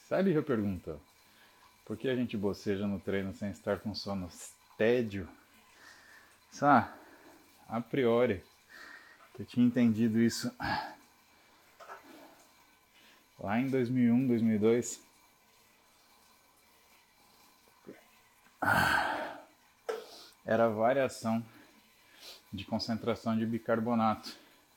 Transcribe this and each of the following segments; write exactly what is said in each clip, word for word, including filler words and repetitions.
Sabe, eu pergunto, por que a gente boceja no treino sem estar com sono? Tédio? Sabe, a priori, eu tinha entendido isso lá em dois mil e um, dois mil e dois. Era a variação de concentração de bicarbonato.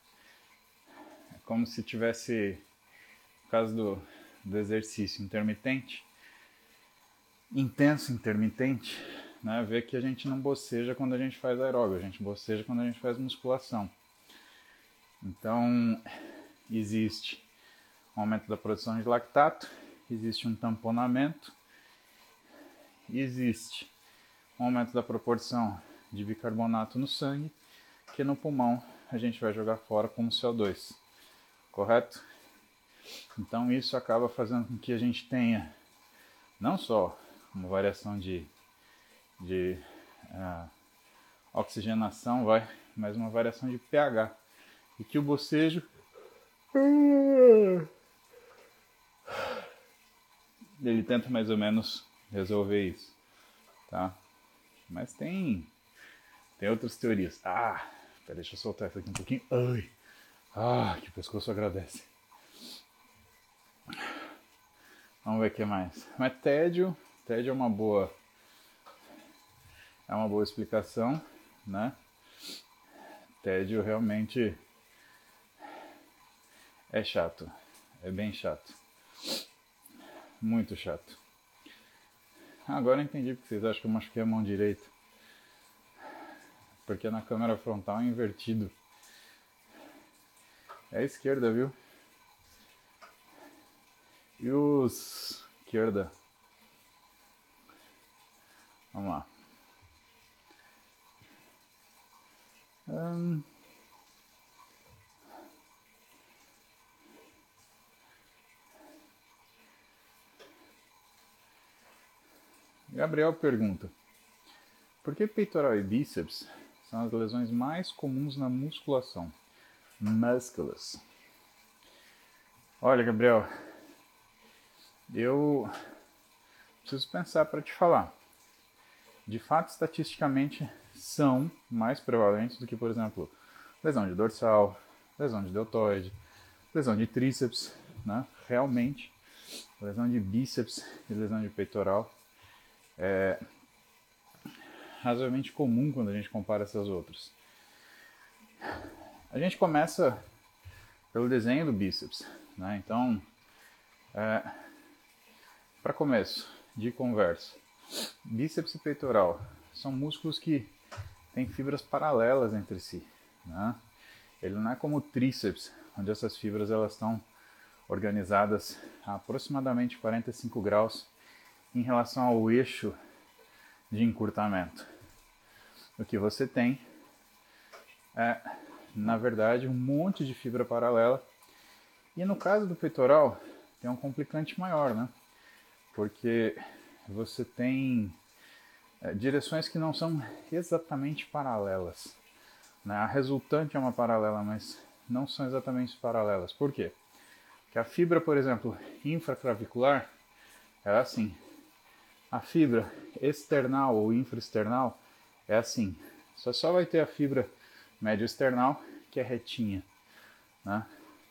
É como se tivesse, no caso do, do exercício intermitente, intenso intermitente, né? Ver que a gente não boceja quando a gente faz aeróbio, a gente boceja quando a gente faz musculação. Então, existe um aumento da produção de lactato, existe um tamponamento, existe um aumento da proporção de bicarbonato no sangue, que no pulmão a gente vai jogar fora como C O dois, correto? Então isso acaba fazendo com que a gente tenha não só uma variação de, de uh, oxigenação, vai, mas uma variação de pH, e que o bocejo ele tenta mais ou menos resolver isso, tá? Mas tem tem outras teorias. Ah, pera, deixa eu soltar isso aqui um pouquinho. Ai, ah, que o pescoço agradece. Vamos ver o que mais. Mas tédio, tédio é uma boa, é uma boa explicação, né? Tédio realmente é chato, é bem chato, muito chato. Agora eu entendi porque vocês acham que eu machuquei a mão direita. Porque na câmera frontal é invertido. É a esquerda, viu? E os... esquerda. Vamos lá. Hum... Gabriel pergunta: por que peitoral e bíceps são as lesões mais comuns na musculação? Musculus. Olha, Gabriel, eu preciso pensar para te falar. De fato, estatisticamente, são mais prevalentes do que, por exemplo, lesão de dorsal, lesão de deltoide, lesão de tríceps, né? Realmente, lesão de bíceps e lesão de peitoral é razoavelmente comum quando a gente compara essas outras. A gente começa pelo desenho do bíceps, né? Então, é, para começo de conversa, bíceps e peitoral são músculos que têm fibras paralelas entre si, né? Ele não é como o tríceps, onde essas fibras elas estão organizadas a aproximadamente quarenta e cinco graus em relação ao eixo de encurtamento. O que você tem é, na verdade, um monte de fibra paralela. E no caso do peitoral, tem um complicante maior, né? Porque você tem é, direções que não são exatamente paralelas, né? A resultante é uma paralela, mas não são exatamente paralelas. Por quê? Porque a fibra, por exemplo, infraclavicular, é assim. A fibra external ou infraesternal é assim. Só só vai ter a fibra médio-external, que é retinha, né?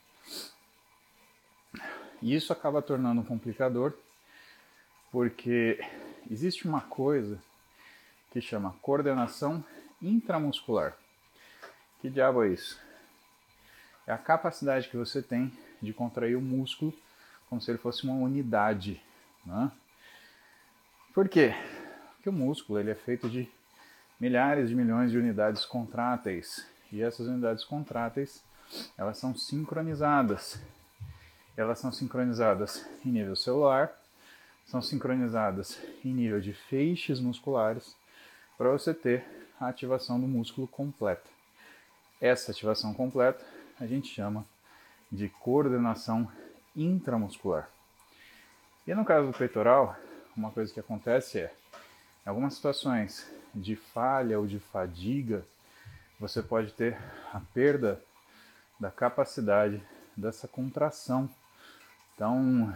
E isso acaba tornando um complicador, porque existe uma coisa que chama coordenação intramuscular. Que diabo é isso? É a capacidade que você tem de contrair o músculo como se ele fosse uma unidade, né? Por quê? Porque o músculo ele é feito de milhares de milhões de unidades contráteis. E essas unidades contráteis, elas são sincronizadas. Elas são sincronizadas em nível celular, são sincronizadas em nível de feixes musculares, para você ter a ativação do músculo completa. Essa ativação completa a gente chama de coordenação intramuscular. E no caso do peitoral, uma coisa que acontece é, em algumas situações de falha ou de fadiga, você pode ter a perda da capacidade dessa contração tão,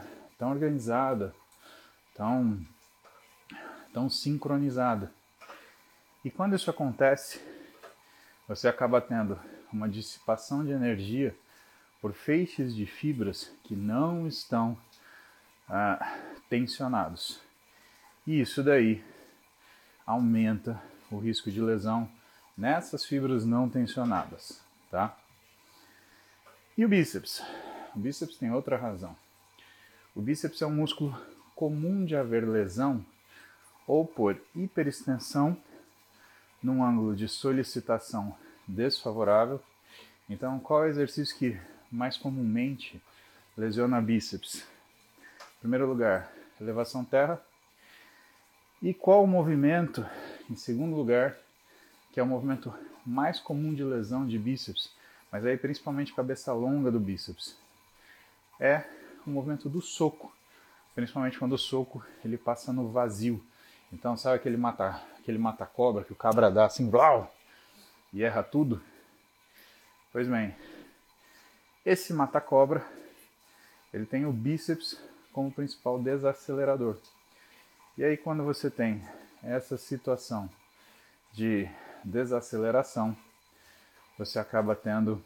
tão organizada, tão, tão sincronizada. E quando isso acontece, você acaba tendo uma dissipação de energia por feixes de fibras que não estão ah, tensionados. E isso daí aumenta o risco de lesão nessas fibras não tensionadas, tá? E o bíceps? O bíceps tem outra razão. O bíceps é um músculo comum de haver lesão ou por hiperextensão num ângulo de solicitação desfavorável. Então, qual é o exercício que mais comumente lesiona bíceps? Em primeiro lugar, elevação terra. E qual o movimento, em segundo lugar, que é o movimento mais comum de lesão de bíceps, mas aí principalmente cabeça longa do bíceps? É o movimento do soco, principalmente quando o soco ele passa no vazio. Então, sabe aquele mata, aquele mata-cobra que o cabra dá assim, blau, e erra tudo? Pois bem, esse mata-cobra, ele tem o bíceps como principal desacelerador. E aí, quando você tem essa situação de desaceleração, você acaba tendo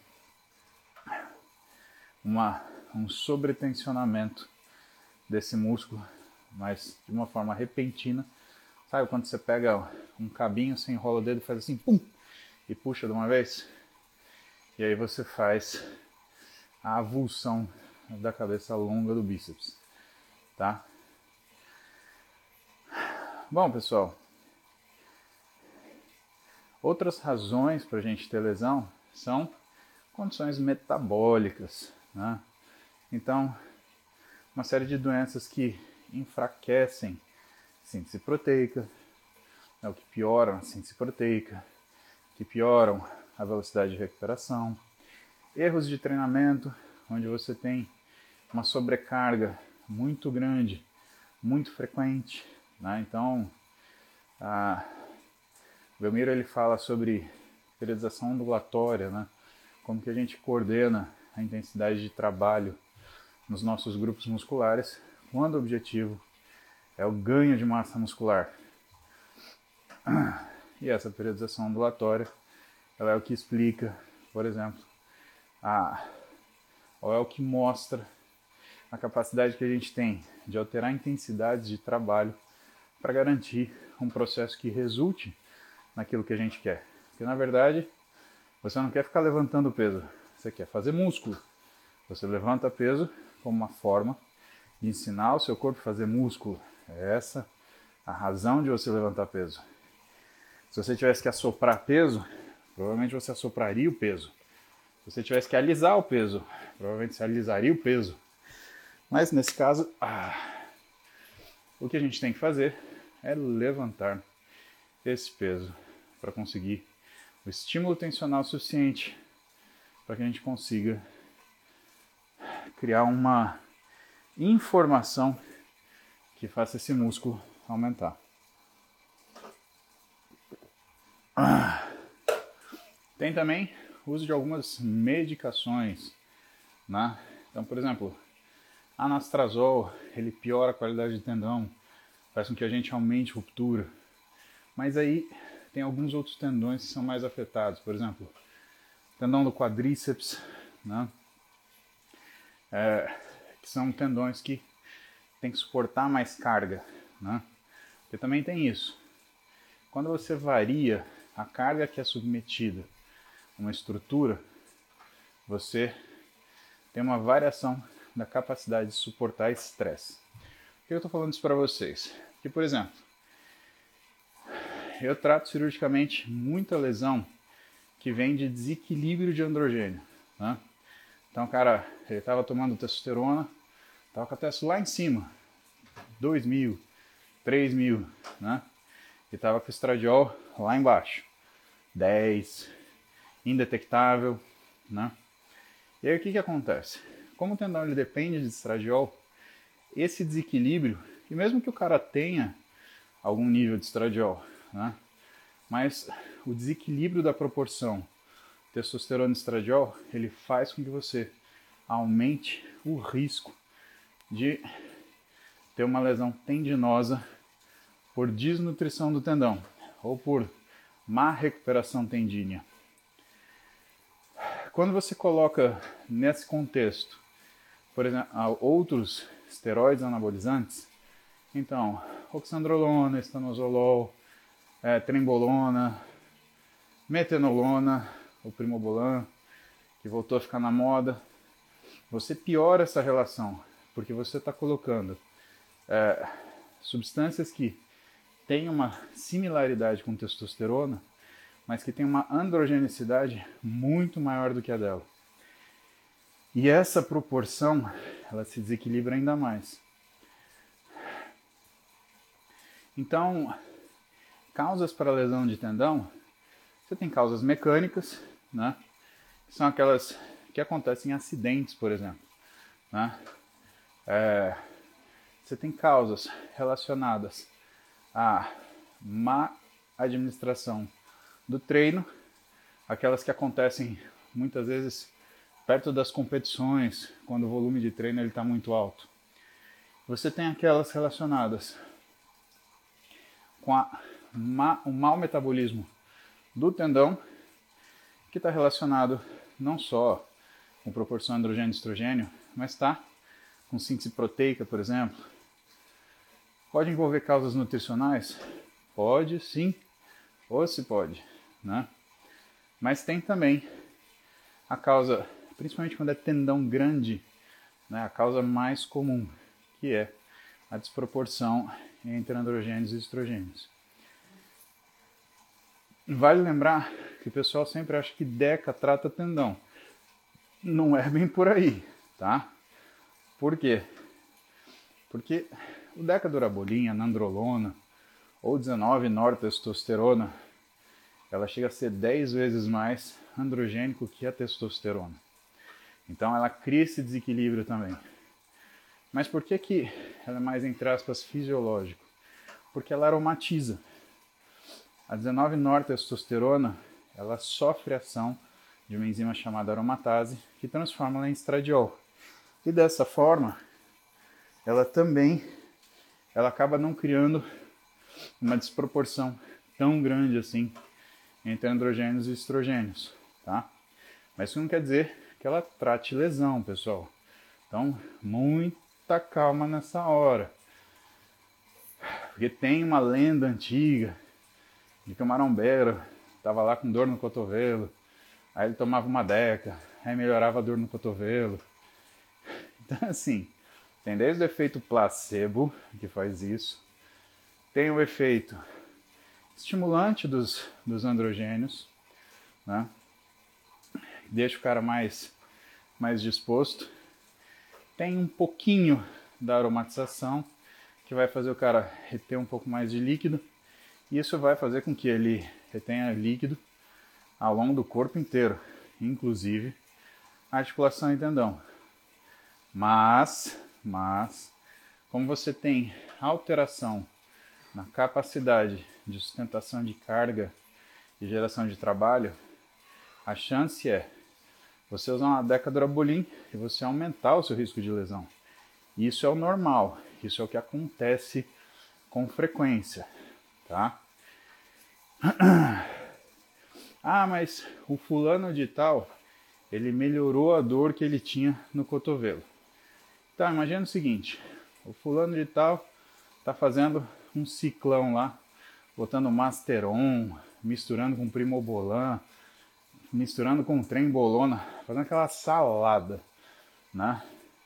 uma, um sobretensionamento desse músculo, mas de uma forma repentina. Sabe quando você pega um cabinho, você enrola o dedo e faz assim, pum, e puxa de uma vez? E aí você faz a avulsão da cabeça longa do bíceps, tá? Bom, pessoal, outras razões para a gente ter lesão são condições metabólicas, né? Então, uma série de doenças que enfraquecem a síntese proteica, né, o que pioram a síntese proteica, que pioram a velocidade de recuperação, erros de treinamento, onde você tem uma sobrecarga muito grande, muito frequente, né? Então, a o Belmiro ele fala sobre periodização ondulatória, né? Como que a gente coordena a intensidade de trabalho nos nossos grupos musculares, quando o objetivo é o ganho de massa muscular. E essa periodização ondulatória, ela é o que explica, por exemplo, a, ou é o que mostra a capacidade que a gente tem de alterar intensidades de trabalho para garantir um processo que resulte naquilo que a gente quer. Porque, na verdade, você não quer ficar levantando peso, você quer fazer músculo. Você levanta peso como uma forma de ensinar o seu corpo a fazer músculo. É essa a razão de você levantar peso. Se você tivesse que assoprar peso, provavelmente você assopraria o peso. Se você tivesse que alisar o peso, provavelmente você alisaria o peso. Mas, nesse caso, ah, o que a gente tem que fazer é levantar esse peso para conseguir o estímulo tensional suficiente para que a gente consiga criar uma informação que faça esse músculo aumentar. Tem também o uso de algumas medicações, né? Então, por exemplo, anastrozol, ele piora a qualidade do tendão, faz com que a gente aumente ruptura. Mas aí tem alguns outros tendões que são mais afetados. Por exemplo, tendão do quadríceps, né? É, que são tendões que tem que suportar mais carga, né? Porque também tem isso. Quando você varia a carga que é submetida a uma estrutura, você tem uma variação da capacidade de suportar estresse. Por que eu estou falando isso para vocês? Porque, por exemplo, eu trato cirurgicamente muita lesão que vem de desequilíbrio de androgênio, né? Então o cara, ele estava tomando testosterona, estava com a testo lá em cima, dois mil, três mil, né? E estava com o estradiol lá embaixo, dez, indetectável, né? E aí o que que acontece? Como o tendão ele depende de estradiol, esse desequilíbrio, e mesmo que o cara tenha algum nível de estradiol, né? Mas o desequilíbrio da proporção testosterona e estradiol, ele faz com que você aumente o risco de ter uma lesão tendinosa por desnutrição do tendão ou por má recuperação tendínea. Quando você coloca nesse contexto, por exemplo, outros esteroides anabolizantes, então, oxandrolona, estanozolol, é, trembolona, metenolona, o primobolan, que voltou a ficar na moda, você piora essa relação, porque você está colocando é, substâncias que têm uma similaridade com testosterona, mas que têm uma androgenicidade muito maior do que a dela. E essa proporção, ela se desequilibra ainda mais. Então, causas para lesão de tendão, você tem causas mecânicas, né? Que são aquelas que acontecem em acidentes, por exemplo. Né? É, você tem causas relacionadas à má administração do treino, aquelas que acontecem muitas vezes perto das competições, quando o volume de treino está muito alto. Você tem aquelas relacionadas com a, ma, o mau metabolismo do tendão, que está relacionado não só com proporção androgênio e estrogênio, mas está com síntese proteica, por exemplo. Pode envolver causas nutricionais? Pode, sim, ou se pode, né? Mas tem também a causa, principalmente quando é tendão grande, né, a causa mais comum, que é a desproporção entre androgênios e estrogênios. Vale lembrar que o pessoal sempre acha que DECA trata tendão. Não é bem por aí, tá? Por quê? Porque o Decadurabolina, nandrolona ou dezenove nortestosterona, ela chega a ser dez vezes mais androgênico que a testosterona. Então ela cria esse desequilíbrio também. Mas por que que ela é mais, entre aspas, fisiológico? Porque ela aromatiza. A dezenove nortestosterona, ela sofre ação de uma enzima chamada aromatase, que transforma ela em estradiol. E dessa forma, ela também ela acaba não criando uma desproporção tão grande assim entre androgênios e estrogênios, tá? Mas isso não quer dizer que ela trate lesão, pessoal. Então, muita calma nessa hora. Porque tem uma lenda antiga de que o marombeiro estava lá com dor no cotovelo, aí ele tomava uma deca, aí melhorava a dor no cotovelo. Então, assim, tem desde o efeito placebo, que faz isso, tem o efeito estimulante dos, dos androgênios, né? Deixa o cara mais, mais disposto. Tem um pouquinho da aromatização, que vai fazer o cara reter um pouco mais de líquido, e isso vai fazer com que ele retenha líquido ao longo do corpo inteiro, inclusive articulação e tendão. Mas, mas, como você tem alteração na capacidade de sustentação de carga e geração de trabalho, a chance é você usar uma Decadurabolin e você aumentar o seu risco de lesão. Isso é o normal, isso é o que acontece com frequência, tá? Ah, mas o fulano de tal, ele melhorou a dor que ele tinha no cotovelo. Então, imagina o seguinte, o fulano de tal tá fazendo um ciclão lá, botando Masteron, misturando com Primobolan, misturando com Trembolona, fazendo aquela salada, né?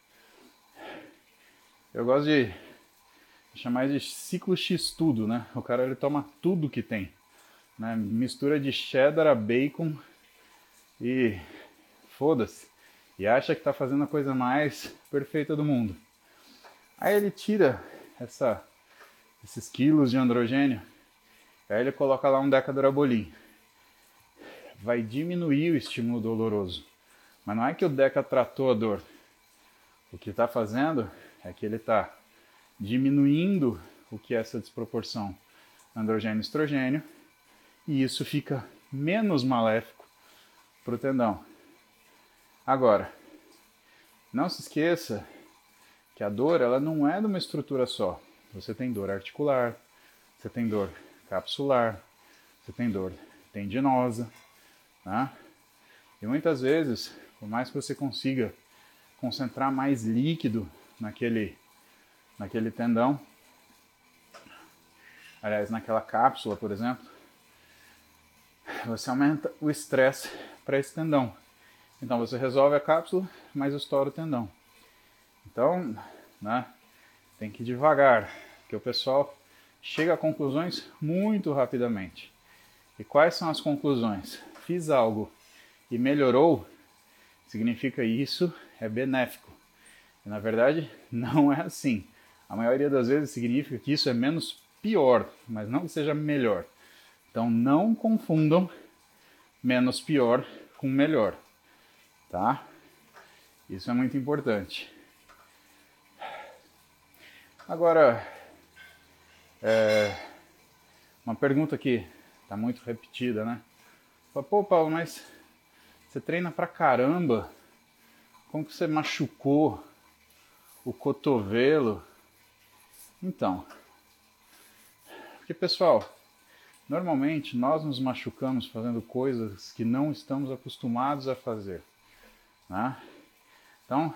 Eu gosto de chamar de ciclo X tudo, né? O cara ele toma tudo que tem, né? Mistura de cheddar a bacon e foda-se. E acha que tá fazendo a coisa mais perfeita do mundo. Aí ele tira essa, esses quilos de androgênio, aí ele coloca lá um Decadurabolin. Vai diminuir o estímulo doloroso. Mas não é que o Deca tratou a dor. O que está fazendo é que ele está diminuindo o que é essa desproporção androgênio-estrogênio, e isso fica menos maléfico para o tendão. Agora, não se esqueça que a dor ela não é de uma estrutura só. Você tem dor articular, você tem dor capsular, você tem dor tendinosa, tá? E muitas vezes, por mais que você consiga concentrar mais líquido naquele, naquele tendão, aliás, naquela cápsula, por exemplo, você aumenta o estresse para esse tendão. Então você resolve a cápsula, mas estoura o tendão. Então, né, tem que ir devagar, porque o pessoal chega a conclusões muito rapidamente. E quais são as conclusões? Fiz algo e melhorou, significa isso é benéfico. E, na verdade, não é assim. A maioria das vezes significa que isso é menos pior, mas não que seja melhor. Então não confundam menos pior com melhor, tá? Isso é muito importante. Agora, é, uma pergunta que está muito repetida, né? Pô, Paulo, mas você treina pra caramba, como que você machucou o cotovelo? Então, porque pessoal, normalmente nós nos machucamos fazendo coisas que não estamos acostumados a fazer, né? Então,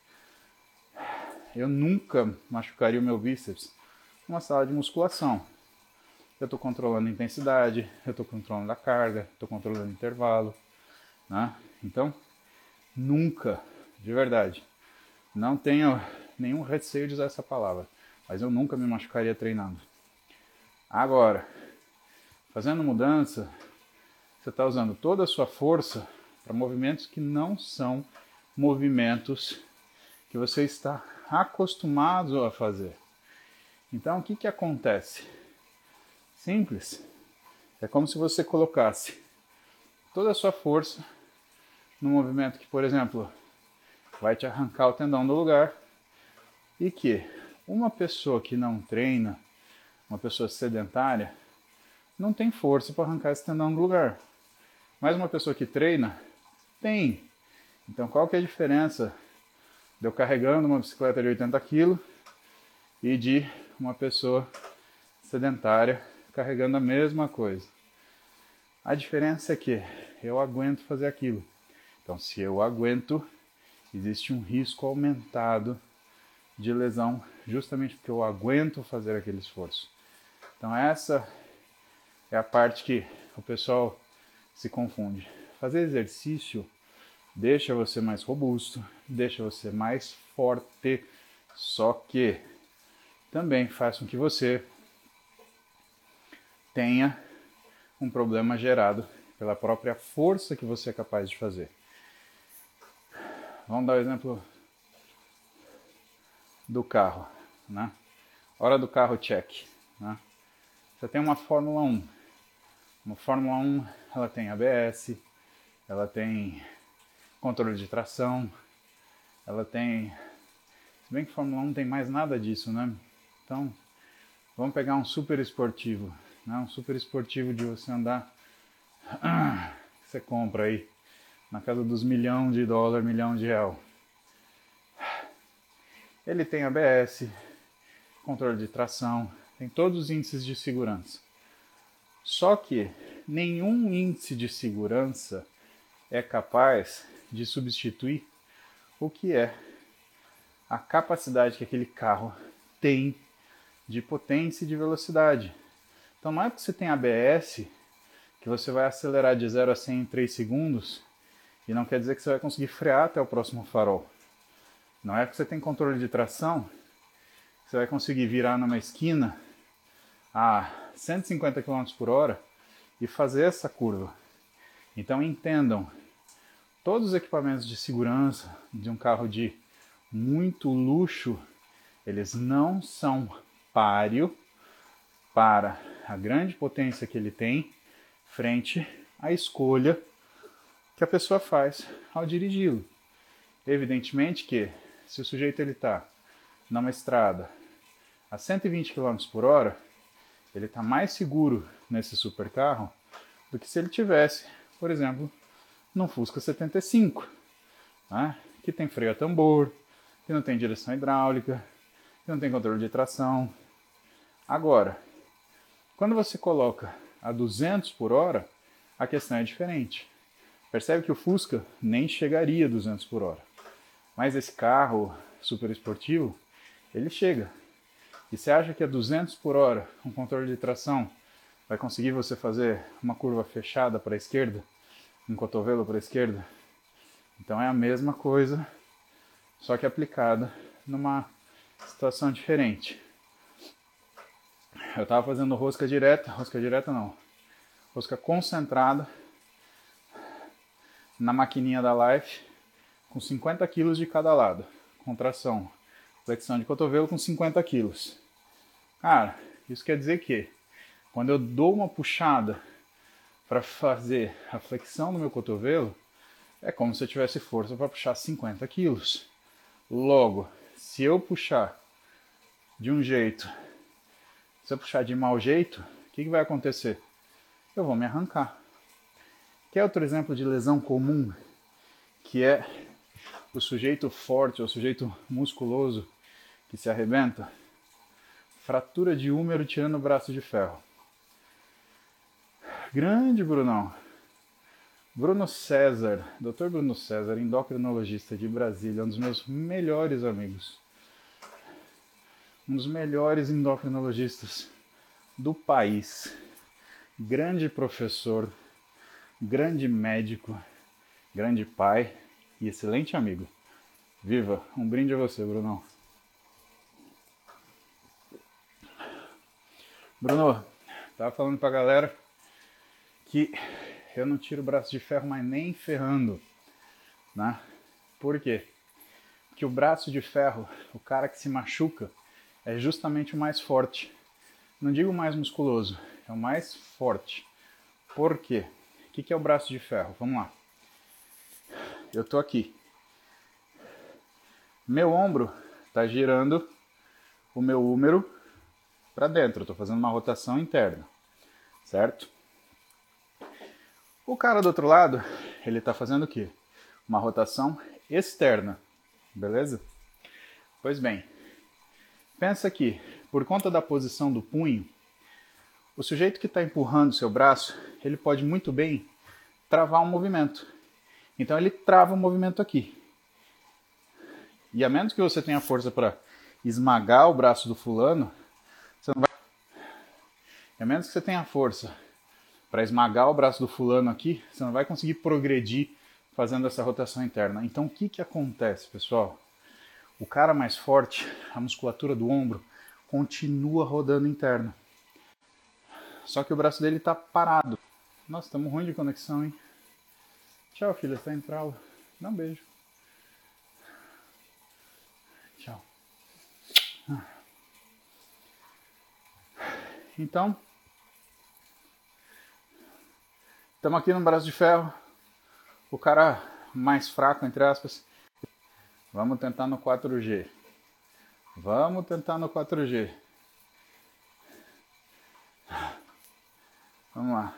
eu nunca machucaria o meu bíceps numa sala de musculação. Eu estou controlando a intensidade, eu estou controlando a carga, estou controlando o intervalo, né? Então, nunca, de verdade, não tenho nenhum receio de usar essa palavra, mas eu nunca me machucaria treinando. Agora, fazendo mudança, você está usando toda a sua força para movimentos que não são movimentos que você está acostumado a fazer. Então, o que que acontece? Simples. É como se você colocasse toda a sua força num movimento que, por exemplo, vai te arrancar o tendão do lugar e que uma pessoa que não treina, uma pessoa sedentária, não tem força para arrancar esse tendão do lugar. Mas uma pessoa que treina, tem. Então, qual que é a diferença de eu carregando uma bicicleta de oitenta quilos e de uma pessoa sedentária carregando a mesma coisa? A diferença é que eu aguento fazer aquilo. Então, se eu aguento, existe um risco aumentado de lesão, justamente porque eu aguento fazer aquele esforço. Então, essa é a parte que o pessoal se confunde. Fazer exercício deixa você mais robusto, deixa você mais forte, só que também faz com que você tenha um problema gerado pela própria força que você é capaz de fazer. Vamos dar o exemplo do carro, né? Hora do carro, check, né? Você tem uma Fórmula um. Uma Fórmula um, ela tem A B S, ela tem controle de tração, ela tem... Se bem que Fórmula um não tem mais nada disso, né? Então, vamos pegar um super esportivo, né? Um super esportivo de você andar... Você compra aí na casa dos milhão de dólar, milhão de real. Ele tem A B S, controle de tração, tem todos os índices de segurança. Só que nenhum índice de segurança é capaz de substituir o que é a capacidade que aquele carro tem de potência e de velocidade. Então não é porque você tem A B S que você vai acelerar de zero a cem em três segundos e não quer dizer que você vai conseguir frear até o próximo farol. Não é porque você tem controle de tração que você vai conseguir virar numa esquina a cento e cinquenta quilômetros por hora e fazer essa curva. Então entendam, todos os equipamentos de segurança de um carro de muito luxo, eles não são páreo para a grande potência que ele tem frente à escolha que a pessoa faz ao dirigi-lo. Evidentemente que se o sujeito ele está numa estrada a cento e vinte quilômetros por hora, ele está mais seguro nesse supercarro do que se ele tivesse, por exemplo, num Fusca setenta e cinco, né? Que tem freio a tambor, que não tem direção hidráulica, que não tem controle de tração. Agora, quando você coloca a duzentos por hora, a questão é diferente. Percebe que o Fusca nem chegaria a duzentos por hora. Mas esse carro super esportivo, ele chega. E você acha que a duzentos por hora, com controle de tração, vai conseguir você fazer uma curva fechada para a esquerda, um cotovelo para a esquerda? Então é a mesma coisa, só que aplicada numa situação diferente. Eu estava fazendo rosca direta, rosca direta não, rosca concentrada na maquininha da Life com cinquenta quilos de cada lado, contração, flexão de cotovelo com cinquenta quilos. Cara, isso quer dizer que quando eu dou uma puxada para fazer a flexão no meu cotovelo, é como se eu tivesse força para puxar cinquenta quilos. Logo, se eu puxar de um jeito, se eu puxar de mau jeito, o que, que vai acontecer? Eu vou me arrancar. Quer outro exemplo de lesão comum, que é o sujeito forte, ou o sujeito musculoso que se arrebenta? Fratura de húmero tirando o braço de ferro. Grande Brunão. Bruno César, doutor Bruno César, endocrinologista de Brasília, um dos meus melhores amigos. Um dos melhores endocrinologistas do país. Grande professor, grande médico, grande pai e excelente amigo. Viva! Um brinde a você, Brunão. Bruno, tava falando pra galera que eu não tiro o braço de ferro, mas nem ferrando, né? Por quê? Porque o braço de ferro, o cara que se machuca, é justamente o mais forte. Não digo o mais musculoso, é o mais forte. Por quê? O que é o braço de ferro? Vamos lá. Eu tô aqui. Meu ombro tá girando o meu húmero para dentro. Eu tô fazendo uma rotação interna, certo? O cara do outro lado, ele tá fazendo o quê? Uma rotação externa, beleza? Pois bem, pensa que, por conta da posição do punho, o sujeito que está empurrando o seu braço, ele pode muito bem travar um movimento. Então ele trava o movimento aqui. E a menos que você tenha força para esmagar o braço do fulano, você não vai... E a menos que você tenha força para esmagar o braço do fulano aqui, você não vai conseguir progredir fazendo essa rotação interna. Então o que que acontece, pessoal? O cara mais forte, a musculatura do ombro, continua rodando interno. Só que o braço dele está parado. Nossa, estamos ruim de conexão, hein? Tchau, filha, está indo pra aula. Dá um beijo. Tchau. Então, estamos aqui no braço de ferro. O cara mais fraco, entre aspas. Vamos tentar no quatro G. Vamos tentar no quatro G. Vamos lá.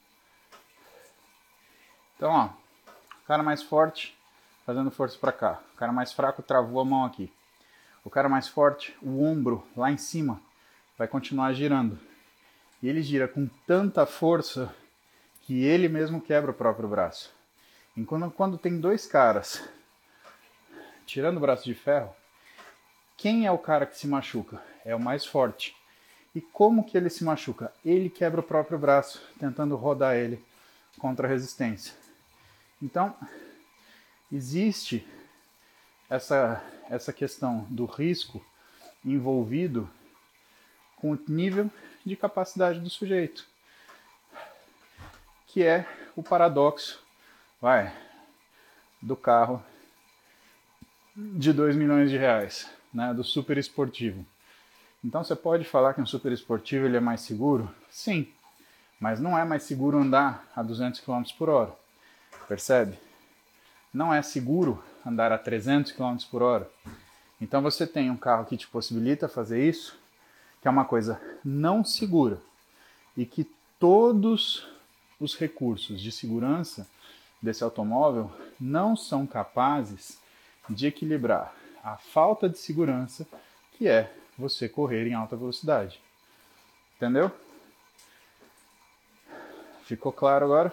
Então, ó. O cara mais forte, fazendo força para cá. O cara mais fraco travou a mão aqui. O cara mais forte, o ombro lá em cima, vai continuar girando. E ele gira com tanta força que ele mesmo quebra o próprio braço. Enquanto quando tem dois caras tirando o braço de ferro, quem é o cara que se machuca? É o mais forte. E como que ele se machuca? Ele quebra o próprio braço, tentando rodar ele contra a resistência. Então, existe essa, essa questão do risco envolvido com o nível de capacidade do sujeito, que é o paradoxo, vai, do carro de dois milhões de reais, né, do super esportivo. Então você pode falar que um super esportivo ele é mais seguro? Sim, mas não é mais seguro andar a duzentos quilômetros por hora, percebe? Não é seguro andar a trezentos quilômetros por hora. Então você tem um carro que te possibilita fazer isso, que é uma coisa não segura, e que todos os recursos de segurança desse automóvel não são capazes de equilibrar a falta de segurança que é você correr em alta velocidade. Entendeu? Ficou claro agora?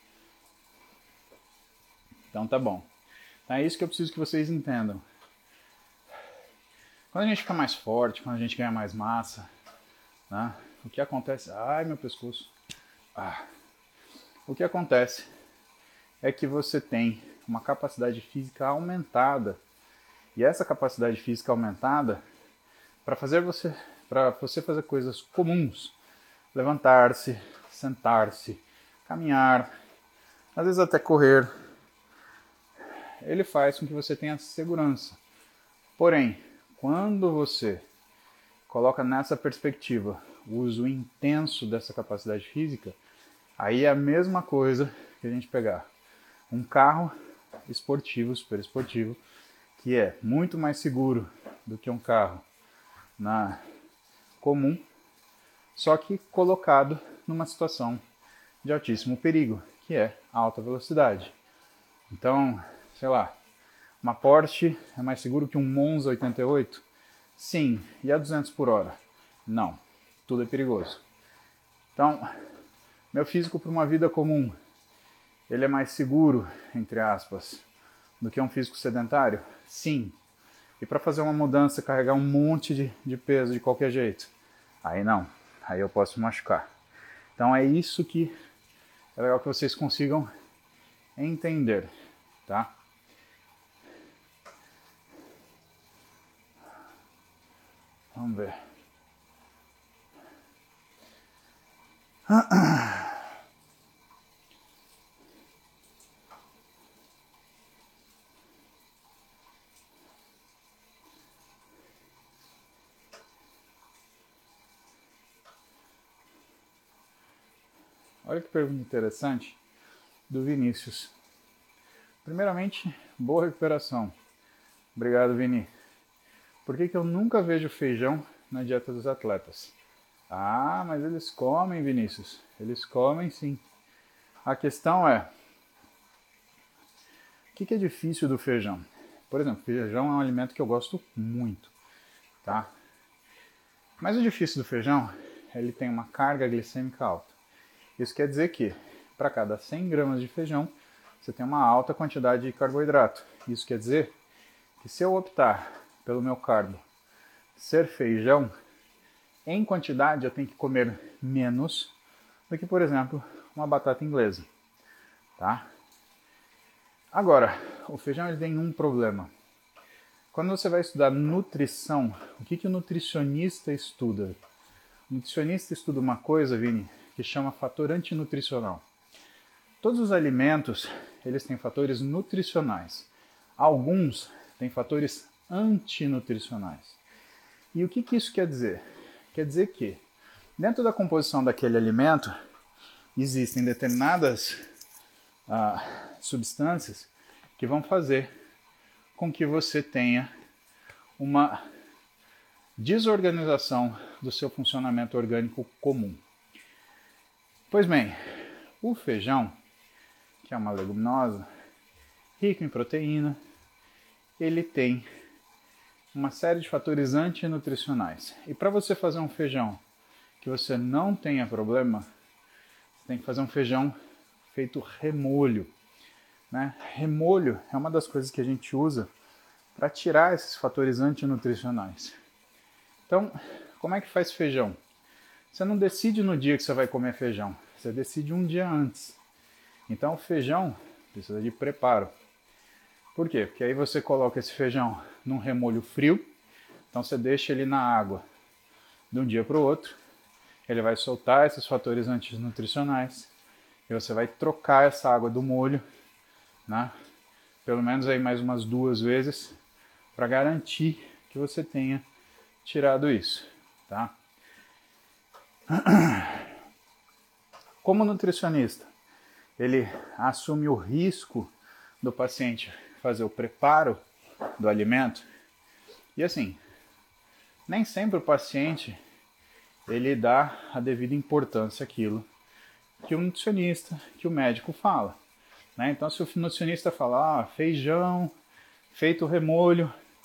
Então tá bom. Então é isso que eu preciso que vocês entendam. Quando a gente fica mais forte, quando a gente ganha mais massa, né, o que acontece... Ai, meu pescoço. Ah. O que acontece é que você tem uma capacidade física aumentada. E essa capacidade física aumentada, para fazer você, para você fazer coisas comuns, levantar-se, sentar-se, caminhar, às vezes até correr, ele faz com que você tenha segurança. Porém, quando você coloca nessa perspectiva o uso intenso dessa capacidade física, aí é a mesma coisa que a gente pegar um carro esportivo, super esportivo, que é muito mais seguro do que um carro na comum, só que colocado numa situação de altíssimo perigo, que é a alta velocidade. Então, sei lá, uma Porsche é mais seguro que um Monza oitenta e oito? Sim. E a duzentos por hora? Não. Tudo é perigoso. Então, meu físico para uma vida comum, ele é mais seguro, entre aspas, do que um físico sedentário? Sim. E para fazer uma mudança, carregar um monte de, de peso de qualquer jeito? Aí não. Aí eu posso me machucar. Então é isso que é legal que vocês consigam entender, tá? Vamos ver. Olha que pergunta interessante do Vinícius. Primeiramente, boa recuperação. Obrigado, Vini. Por que que eu nunca vejo feijão na dieta dos atletas? Ah, mas eles comem, Vinícius. Eles comem sim. A questão é, o que que é difícil do feijão? Por exemplo, feijão é um alimento que eu gosto muito, tá? Mas o difícil do feijão, ele tem uma carga glicêmica alta. Isso quer dizer que, para cada cem gramas de feijão, você tem uma alta quantidade de carboidrato. Isso quer dizer que se eu optar pelo meu carbo ser feijão, em quantidade eu tenho que comer menos do que, por exemplo, uma batata inglesa, tá? Agora, o feijão ele tem um problema. Quando você vai estudar nutrição, o que que o nutricionista estuda? O nutricionista estuda uma coisa, Vini, que chama fator antinutricional. Todos os alimentos, eles têm fatores nutricionais. Alguns têm fatores antinutricionais. E o que que isso quer dizer? Quer dizer que, dentro da composição daquele alimento, existem determinadas ah, substâncias que vão fazer com que você tenha uma desorganização do seu funcionamento orgânico comum. Pois bem, o feijão, que é uma leguminosa, rico em proteína, ele tem uma série de fatores antinutricionais. E para você fazer um feijão que você não tenha problema, você tem que fazer um feijão feito remolho, né? Remolho é uma das coisas que a gente usa para tirar esses fatores antinutricionais. Então, como é que faz feijão? Você não decide no dia que você vai comer feijão, você decide um dia antes. Então o feijão precisa de preparo. Por quê? Porque aí você coloca esse feijão num remolho frio, então você deixa ele na água de um dia para o outro, ele vai soltar esses fatores antinutricionais e você vai trocar essa água do molho, né? Pelo menos aí mais umas duas vezes, para garantir que você tenha tirado isso, tá? Como nutricionista, ele assume o risco do paciente fazer o preparo do alimento. E assim, nem sempre o paciente ele dá a devida importância àquilo que o nutricionista, que o médico fala, né? Então, se o nutricionista falar ah, feijão feito remolho,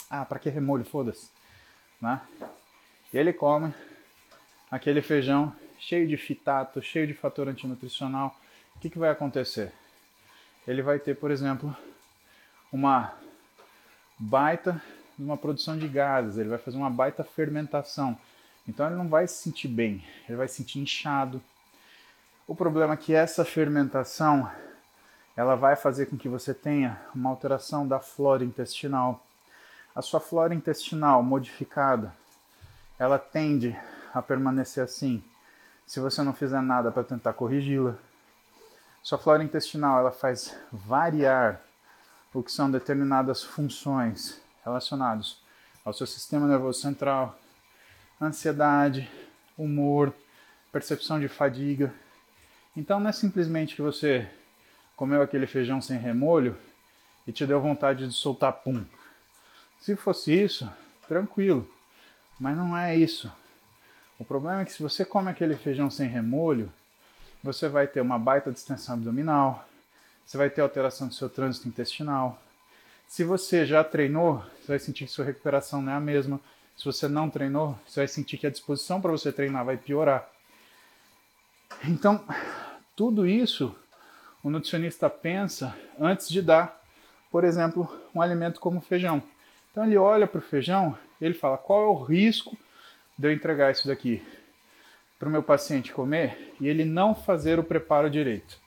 Ah, pra que remolho? Foda-se. Né? E ele come aquele feijão cheio de fitato, cheio de fator antinutricional. O que, que vai acontecer? Ele vai ter, por exemplo, uma baita uma produção de gases, ele vai fazer uma baita fermentação. Então ele não vai se sentir bem, ele vai se sentir inchado. O problema é que essa fermentação ela vai fazer com que você tenha uma alteração da flora intestinal. A sua flora intestinal modificada, ela tende a permanecer assim se você não fizer nada para tentar corrigi-la. Sua flora intestinal ela faz variar o que são determinadas funções relacionadas ao seu sistema nervoso central, ansiedade, humor, percepção de fadiga. Então não é simplesmente que você comeu aquele feijão sem remolho e te deu vontade de soltar pum. Se fosse isso, tranquilo, mas não é isso. O problema é que se você come aquele feijão sem remolho, você vai ter uma baita distensão abdominal, você vai ter alteração do seu trânsito intestinal. Se você já treinou, você vai sentir que sua recuperação não é a mesma. Se você não treinou, você vai sentir que a disposição para você treinar vai piorar. Então, tudo isso o nutricionista pensa antes de dar, por exemplo, um alimento como feijão. Então ele olha para o feijão e ele fala, qual é o risco de eu entregar isso daqui para o meu paciente comer e ele não fazer o preparo direito.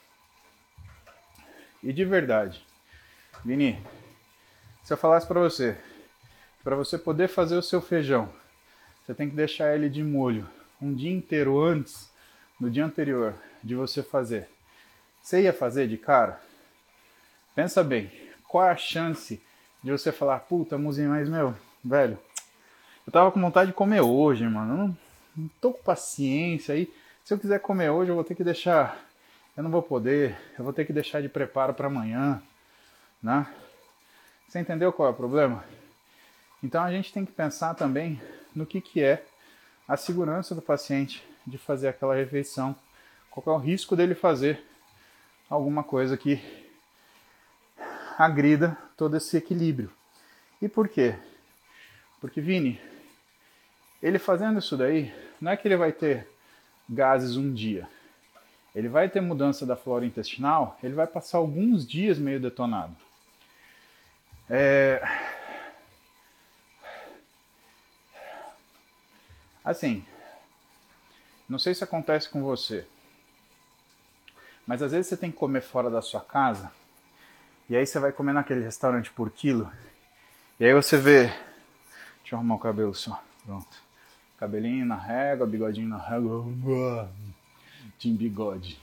E de verdade, Vini, se eu falasse para você, para você poder fazer o seu feijão, você tem que deixar ele de molho um dia inteiro antes, no dia anterior de você fazer. Você ia fazer de cara? Pensa bem, qual é a chance de você falar, puta, Muzinho, mas meu, velho, eu tava com vontade de comer hoje, mano, eu não, não tô com paciência aí, se eu quiser comer hoje eu vou ter que deixar, eu não vou poder, eu vou ter que deixar de preparo para amanhã, né? Você entendeu qual é o problema? Então a gente tem que pensar também no que, que é a segurança do paciente de fazer aquela refeição, qual é o risco dele fazer alguma coisa que agrida todo esse equilíbrio. E por quê? Porque, Vini, ele fazendo isso daí, não é que ele vai ter gases um dia. Ele vai ter mudança da flora intestinal, ele vai passar alguns dias meio detonado. É... Assim, não sei se acontece com você, mas às vezes você tem que comer fora da sua casa, e aí você vai comer naquele restaurante por quilo, e aí você vê... Deixa eu arrumar o cabelo só, pronto. Cabelinho na régua, bigodinho na régua. Tim bigode.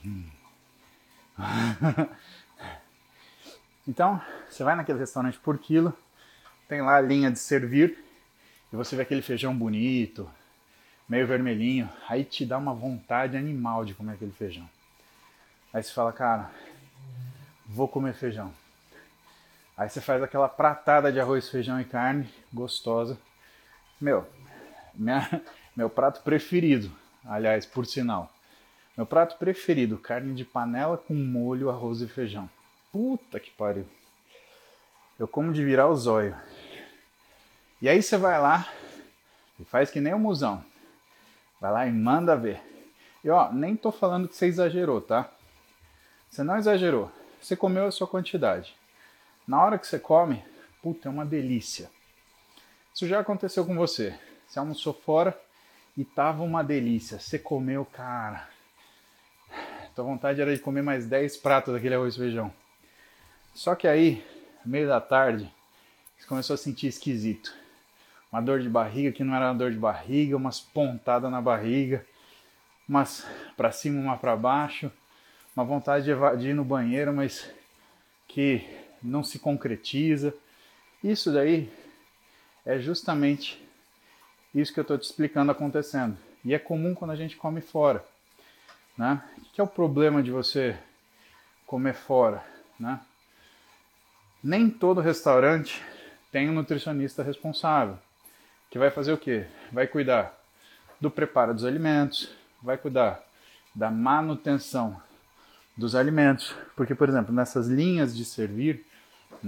Então, você vai naquele restaurante por quilo, tem lá a linha de servir, e você vê aquele feijão bonito, meio vermelhinho, aí te dá uma vontade animal de comer aquele feijão. Aí você fala, cara, vou comer feijão. Aí você faz aquela pratada de arroz, feijão e carne, gostosa. Meu, minha, meu prato preferido, aliás, por sinal. Meu prato preferido, carne de panela com molho, arroz e feijão. Puta que pariu. Eu como de virar o zóio. E aí você vai lá e faz que nem o Musão. Vai lá e manda ver. E ó, nem tô falando que você exagerou, tá? Você não exagerou. Você comeu a sua quantidade. Na hora que você come, puta, é uma delícia. Isso já aconteceu com você. Você almoçou fora e tava uma delícia. Você comeu, cara. Tua vontade era de comer mais dez pratos daquele arroz e feijão. Só que aí, no meio da tarde, você começou a sentir esquisito. Uma dor de barriga que não era uma dor de barriga, umas pontadas na barriga, umas pra cima, uma pra baixo, uma vontade de, de ir no banheiro, mas que não se concretiza. Isso daí é justamente isso que eu estou te explicando acontecendo. E é comum quando a gente come fora. Né? O que é o problema de você comer fora? Né? Nem todo restaurante tem um nutricionista responsável, que vai fazer o quê? Vai cuidar do preparo dos alimentos, vai cuidar da manutenção dos alimentos, porque, por exemplo, nessas linhas de servir, né,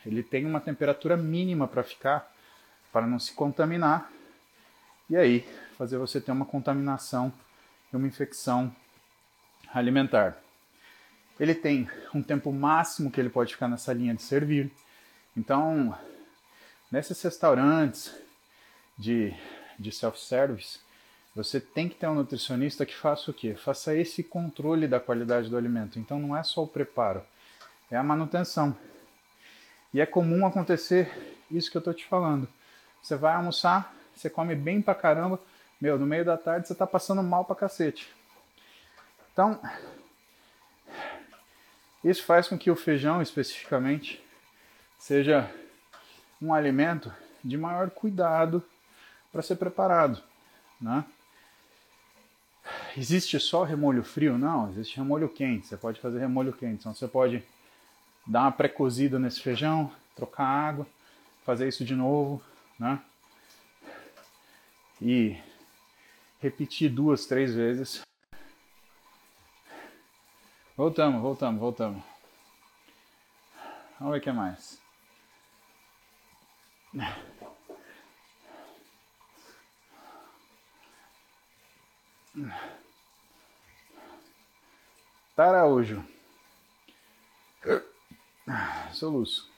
ele tem uma temperatura mínima para ficar, para não se contaminar, e aí fazer você ter uma contaminação e uma infecção alimentar. Ele tem um tempo máximo que ele pode ficar nessa linha de servir. Então, nesses restaurantes de, de self-service, você tem que ter um nutricionista que faça o quê? Faça esse controle da qualidade do alimento. Então não é só o preparo, é a manutenção. E é comum acontecer isso que eu estou te falando. Você vai almoçar, você come bem pra caramba, meu, no meio da tarde você está passando mal pra cacete. Então, isso faz com que o feijão, especificamente, seja um alimento de maior cuidado para ser preparado, né? Existe só remolho frio? Não, existe remolho quente. Você pode fazer remolho quente. Então você pode dar uma pré-cozida nesse feijão, trocar água, fazer isso de novo, né? E repetir duas, três vezes. Voltamos, voltamos, voltamos. Vamos ver o que mais. Taraújo. Soluço.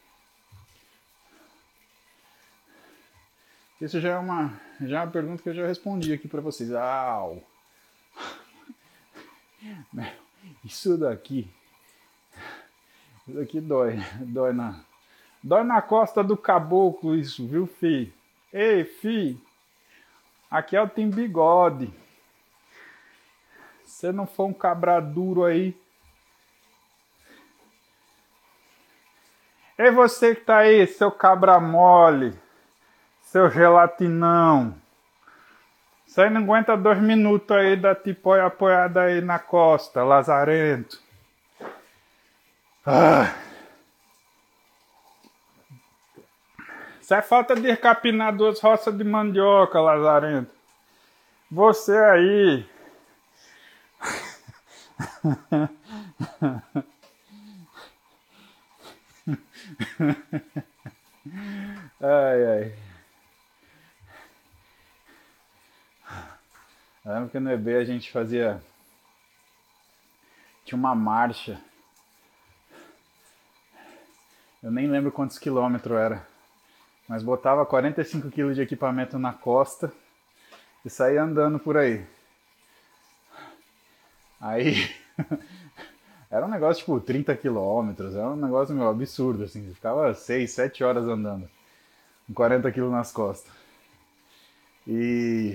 Isso já é uma, já é uma pergunta que eu já respondi aqui para vocês. Au! Isso daqui. Isso daqui dói. Dói na, dói na costa do caboclo isso, viu, fi? Ei, fi! Aqui é o Tim Bigode. Se não for um cabra duro aí. Ei, você que tá aí, seu cabra mole, seu gelatinão. Você não aguenta dois minutos aí da tipóia apoiada aí na costa, lazarento. Ah. Isso é falta de capinar duas roças de mandioca, lazarento. Você aí. Ai, ai. Eu lembro que no E B a gente fazia... Tinha uma marcha. Eu nem lembro quantos quilômetros era. Mas botava quarenta e cinco quilos de equipamento na costa e saía andando por aí. Aí... Era um negócio tipo trinta quilômetros, era um negócio meu, absurdo, assim. Você ficava seis, sete horas andando, com quarenta quilos nas costas. E...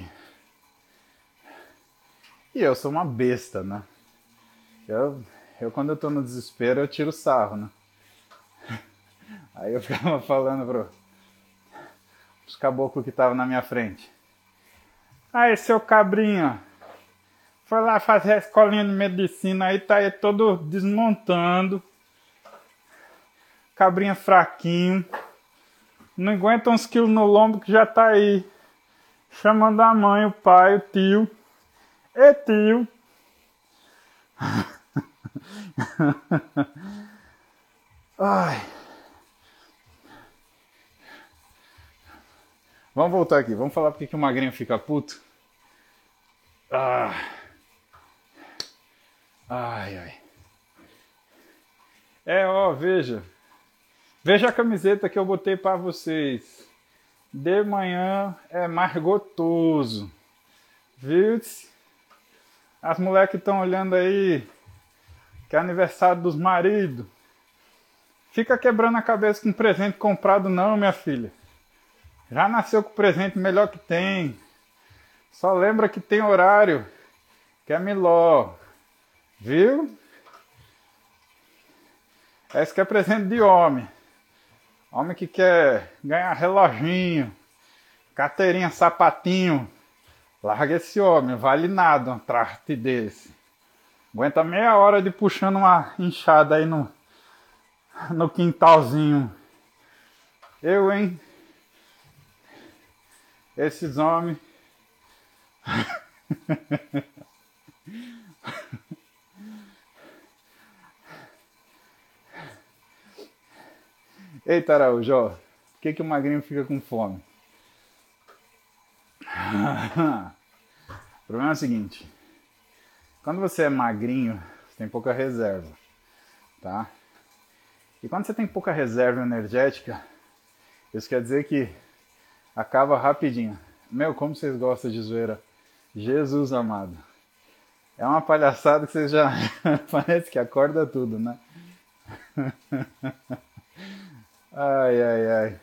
E eu sou uma besta, né? Eu, eu quando eu tô no desespero, eu tiro sarro, né? Aí eu ficava falando pro, pros caboclos que estavam na minha frente. Aí, seu cabrinho, foi lá fazer a escolinha de medicina, aí tá aí todo desmontando. Cabrinha fraquinho. Não aguenta uns quilos no lombo que já tá aí. Chamando a mãe, o pai, o tio. Ei, tio. Ai. Vamos voltar aqui. Vamos falar porque que o magrinho fica puto. Ah. Ai, ai. É, ó, veja. Veja a camiseta que eu botei para vocês. De manhã é mais gostoso. Viu? As mulheres que estão olhando aí, que é aniversário dos maridos, fica quebrando a cabeça com presente comprado não, minha filha. Já nasceu com o presente melhor que tem. Só lembra que tem horário, que é miló. Viu? Esse que é presente de homem. Homem que quer ganhar reloginho, carteirinha, sapatinho. Larga esse homem, vale nada um traste desse. Aguenta meia hora de puxando uma enxada aí no, no quintalzinho. Eu, hein? Esses homens... Eita, Araújo, ó, por que, que o magrinho fica com fome? O problema é o seguinte, quando você é magrinho, você tem pouca reserva, tá? E quando você tem pouca reserva energética, isso quer dizer que acaba rapidinho. Meu, como vocês gostam de zoeira. Jesus amado. É uma palhaçada que vocês já... parece que acorda tudo, né? Ai, ai, ai.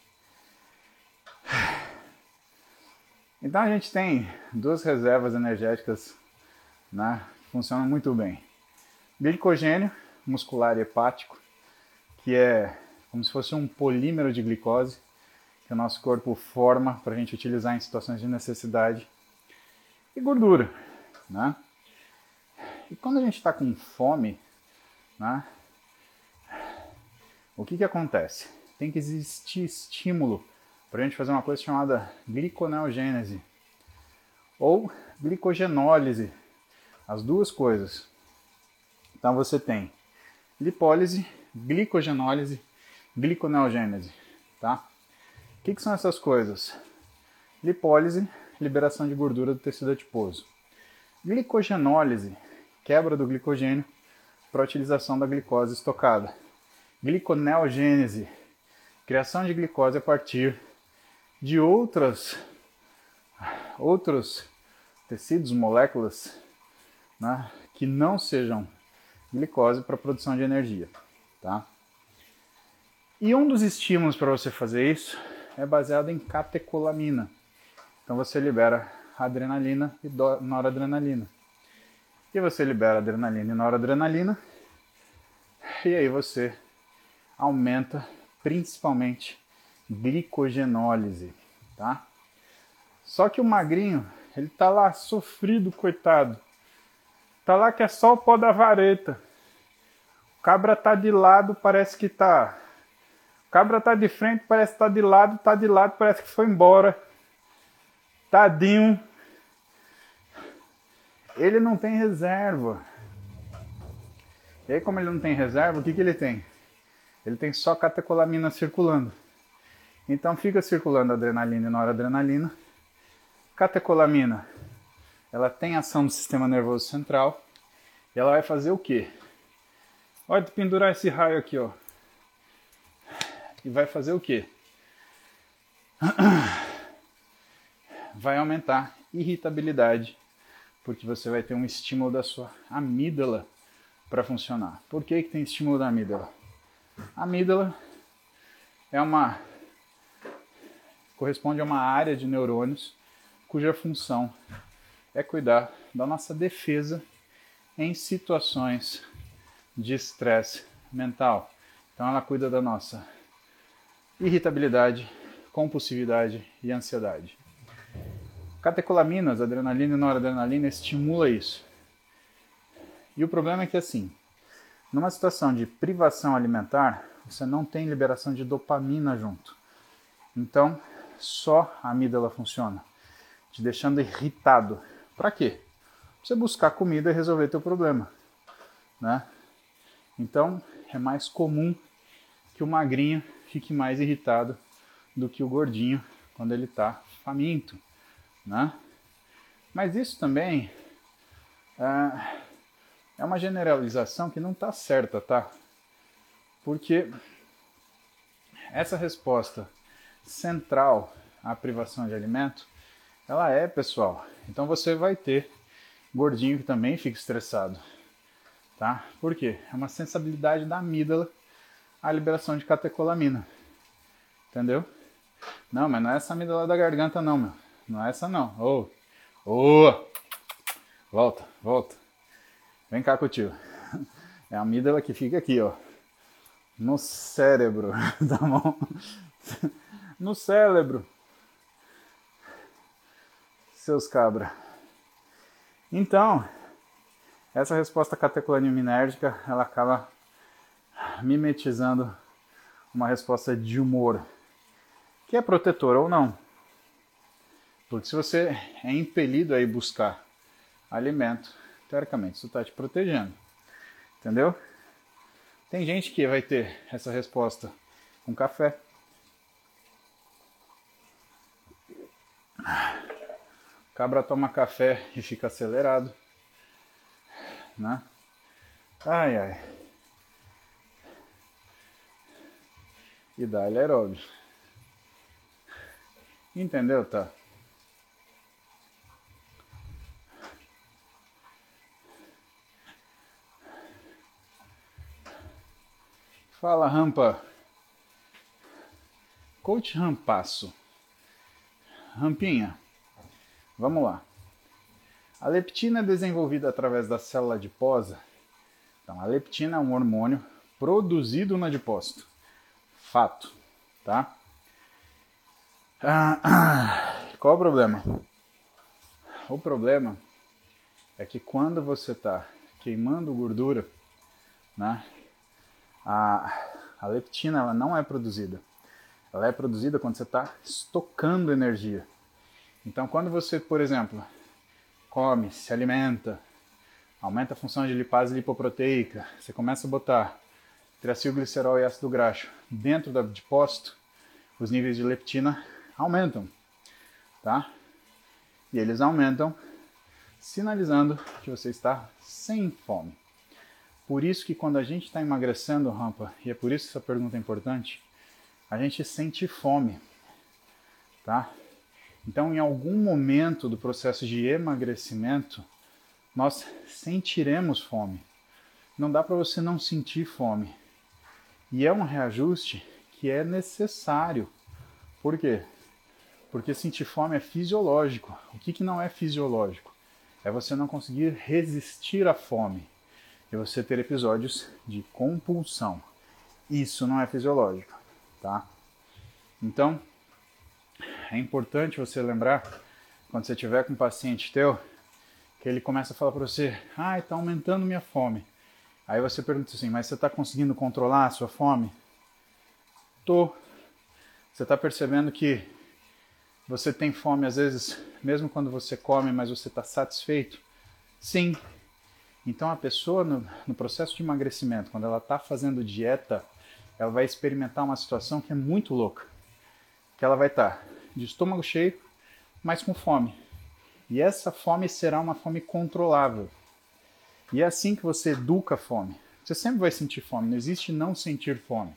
Então a gente tem duas reservas energéticas, né, que funcionam muito bem. Glicogênio muscular e hepático, que é como se fosse um polímero de glicose que o nosso corpo forma para a gente utilizar em situações de necessidade. E gordura, né? E quando a gente está com fome, né, o que que acontece? Tem que existir estímulo para a gente fazer uma coisa chamada gliconeogênese ou glicogenólise, as duas coisas. Então você tem lipólise, glicogenólise, gliconeogênese, tá? O que que são essas coisas? Lipólise, liberação de gordura do tecido adiposo. Glicogenólise, quebra do glicogênio para a utilização da glicose estocada. Gliconeogênese, criação de glicose a partir de outras, outros tecidos, moléculas, né, que não sejam glicose para a produção de energia, tá? E um dos estímulos para você fazer isso é baseado em catecolamina. Então você libera adrenalina e noradrenalina. E você libera adrenalina e noradrenalina, e aí você aumenta principalmente glicogenólise, tá? Só que o magrinho, ele tá lá sofrido, coitado. Tá lá que é só o pó da vareta. O cabra tá de lado, parece que tá... O cabra tá de frente, parece que tá de lado, tá de lado, parece que foi embora. Tadinho. Ele não tem reserva. E aí, como ele não tem reserva, o que que ele tem? Ele tem só catecolamina circulando. Então fica circulando adrenalina e noradrenalina. Catecolamina, ela tem ação no sistema nervoso central. E ela vai fazer o quê? Olha, pendurar esse raio aqui, ó. E vai fazer o quê? Vai aumentar irritabilidade, porque você vai ter um estímulo da sua amígdala para funcionar. Por que que tem estímulo da amígdala? A amígdala é uma... corresponde a uma área de neurônios cuja função é cuidar da nossa defesa em situações de estresse mental. Então ela cuida da nossa irritabilidade, compulsividade e ansiedade. Catecolaminas, adrenalina e noradrenalina, estimula isso. E o problema é que assim, numa situação de privação alimentar, você não tem liberação de dopamina junto. Então, só a amígdala funciona, te deixando irritado. Para quê? Pra você buscar comida e resolver teu problema, né? Então, é mais comum que o magrinho fique mais irritado do que o gordinho quando ele está faminto, né? Mas isso também é, é uma generalização que não está certa, tá? Porque essa resposta central à privação de alimento, ela é pessoal. Então você vai ter gordinho que também fica estressado, tá? Por quê? É uma sensibilidade da amígdala à liberação de catecolamina, entendeu? Não, mas não é essa amígdala da garganta não, meu. Não é essa não. Ô, oh. oh. Volta, volta. Vem cá com o tio. É a amígdala que fica aqui, ó. No cérebro, tá bom? No cérebro. Seus cabra. Então, essa resposta catecolaminérgica, ela acaba mimetizando uma resposta de humor, que é protetora ou não. Porque se você é impelido a ir buscar alimento, teoricamente isso está te protegendo. Entendeu? Tem gente que vai ter essa resposta com café. O cabra toma café e fica acelerado, né? Ai, ai. E dá-lhe aeróbio. Entendeu, tá? Fala, rampa. Coach Rampasso. Rampinha, vamos lá. A leptina é desenvolvida através da célula adiposa. Então, a leptina é um hormônio produzido no adipócito. Fato, tá? Ah, ah, qual o problema? O problema é que quando você está queimando gordura, né, a, a leptina ela não é produzida. Ela é produzida quando você está estocando energia. Então, quando você, por exemplo, come, se alimenta, aumenta a função de lipase lipoproteica, você começa a botar triacilglicerol e ácido graxo dentro do adipócito, os níveis de leptina aumentam, tá? E eles aumentam, sinalizando que você está sem fome. Por isso que quando a gente está emagrecendo, rampa, e é por isso que essa pergunta é importante, a gente sente fome, tá? Então, em algum momento do processo de emagrecimento, nós sentiremos fome. Não dá para você não sentir fome. E é um reajuste que é necessário. Por quê? Porque sentir fome é fisiológico. O que, que não é fisiológico? É você não conseguir resistir à fome. E você ter episódios de compulsão. Isso não é fisiológico, tá? Então, é importante você lembrar, quando você estiver com um paciente teu, que ele começa a falar para você, ah, está aumentando minha fome. Aí você pergunta assim, mas você está conseguindo controlar a sua fome? Tô. Você está percebendo que você tem fome às vezes, mesmo quando você come, mas você está satisfeito? Sim. Então a pessoa no, no processo de emagrecimento, quando ela está fazendo dieta, ela vai experimentar uma situação que é muito louca. Que ela vai estar tá de estômago cheio, mas com fome. E essa fome será uma fome controlável. E é assim que você educa a fome. Você sempre vai sentir fome, não existe não sentir fome.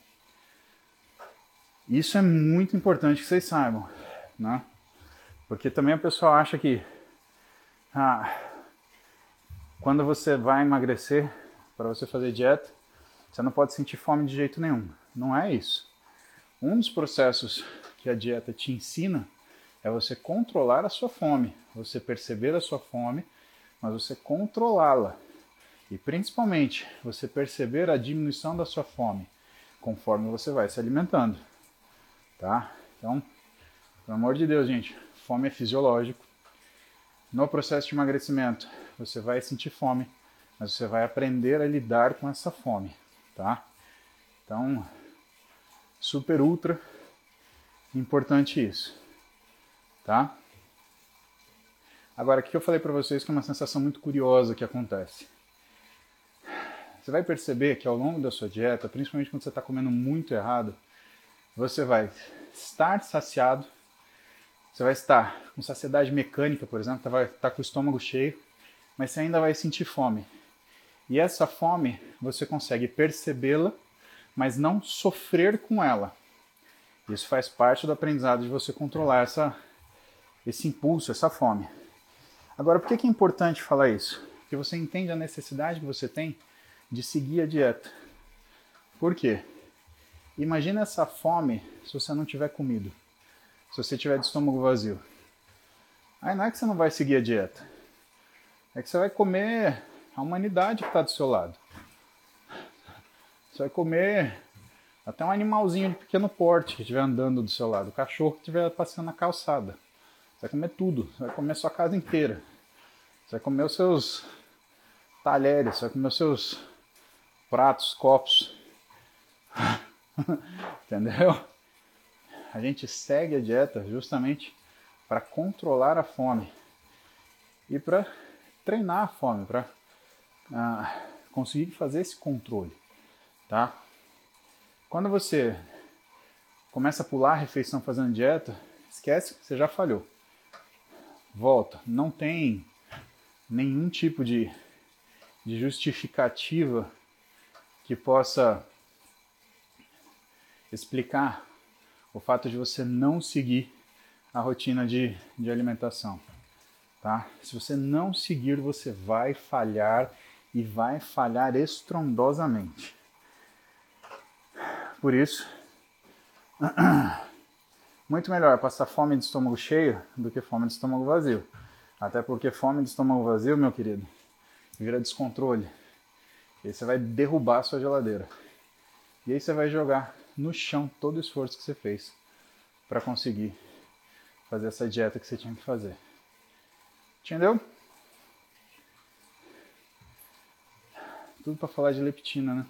Isso é muito importante que vocês saibam, né? Porque também o pessoal acha que ah, quando você vai emagrecer, para você fazer dieta, você não pode sentir fome de jeito nenhum. Não é isso. Um dos processos que a dieta te ensina é você controlar a sua fome, você perceber a sua fome, mas você controlá-la. E principalmente, você perceber a diminuição da sua fome conforme você vai se alimentando, tá? Então, pelo amor de Deus, gente, fome é fisiológico. No processo de emagrecimento, você vai sentir fome, mas você vai aprender a lidar com essa fome, tá? Então, super ultra importante isso, tá? Agora, o que eu falei para vocês que é uma sensação muito curiosa que acontece. Você vai perceber que ao longo da sua dieta, principalmente quando você está comendo muito errado, você vai estar saciado, você vai estar com saciedade mecânica, por exemplo, você vai estar com o estômago cheio, mas você ainda vai sentir fome. E essa fome, você consegue percebê-la, mas não sofrer com ela. Isso faz parte do aprendizado de você controlar essa, esse impulso, essa fome. Agora, por que é importante falar isso? Porque você entende a necessidade que você tem de seguir a dieta. Por quê? Imagina essa fome se você não tiver comido. Se você tiver de estômago vazio. Aí não é que você não vai seguir a dieta. É que você vai comer a humanidade que está do seu lado. Você vai comer até um animalzinho de pequeno porte que estiver andando do seu lado. O cachorro que estiver passeando na calçada. Você vai comer tudo. Você vai comer a sua casa inteira. Você vai comer os seus talheres. Você vai comer os seus pratos, copos. Entendeu? A gente segue a dieta justamente para controlar a fome e para treinar a fome, para ah, conseguir fazer esse controle, tá? Quando você começa a pular a refeição fazendo dieta, esquece que você já falhou. Volta. Não tem nenhum tipo de, de justificativa que possa explicar o fato de você não seguir a rotina de, de alimentação. Tá? Se você não seguir, você vai falhar e vai falhar estrondosamente. Por isso, muito melhor passar fome de estômago cheio do que fome de estômago vazio. Até porque fome de estômago vazio, meu querido, vira descontrole. E aí você vai derrubar a sua geladeira. E aí você vai jogar no chão todo o esforço que você fez para conseguir fazer essa dieta que você tinha que fazer. Entendeu? Tudo para falar de leptina, né?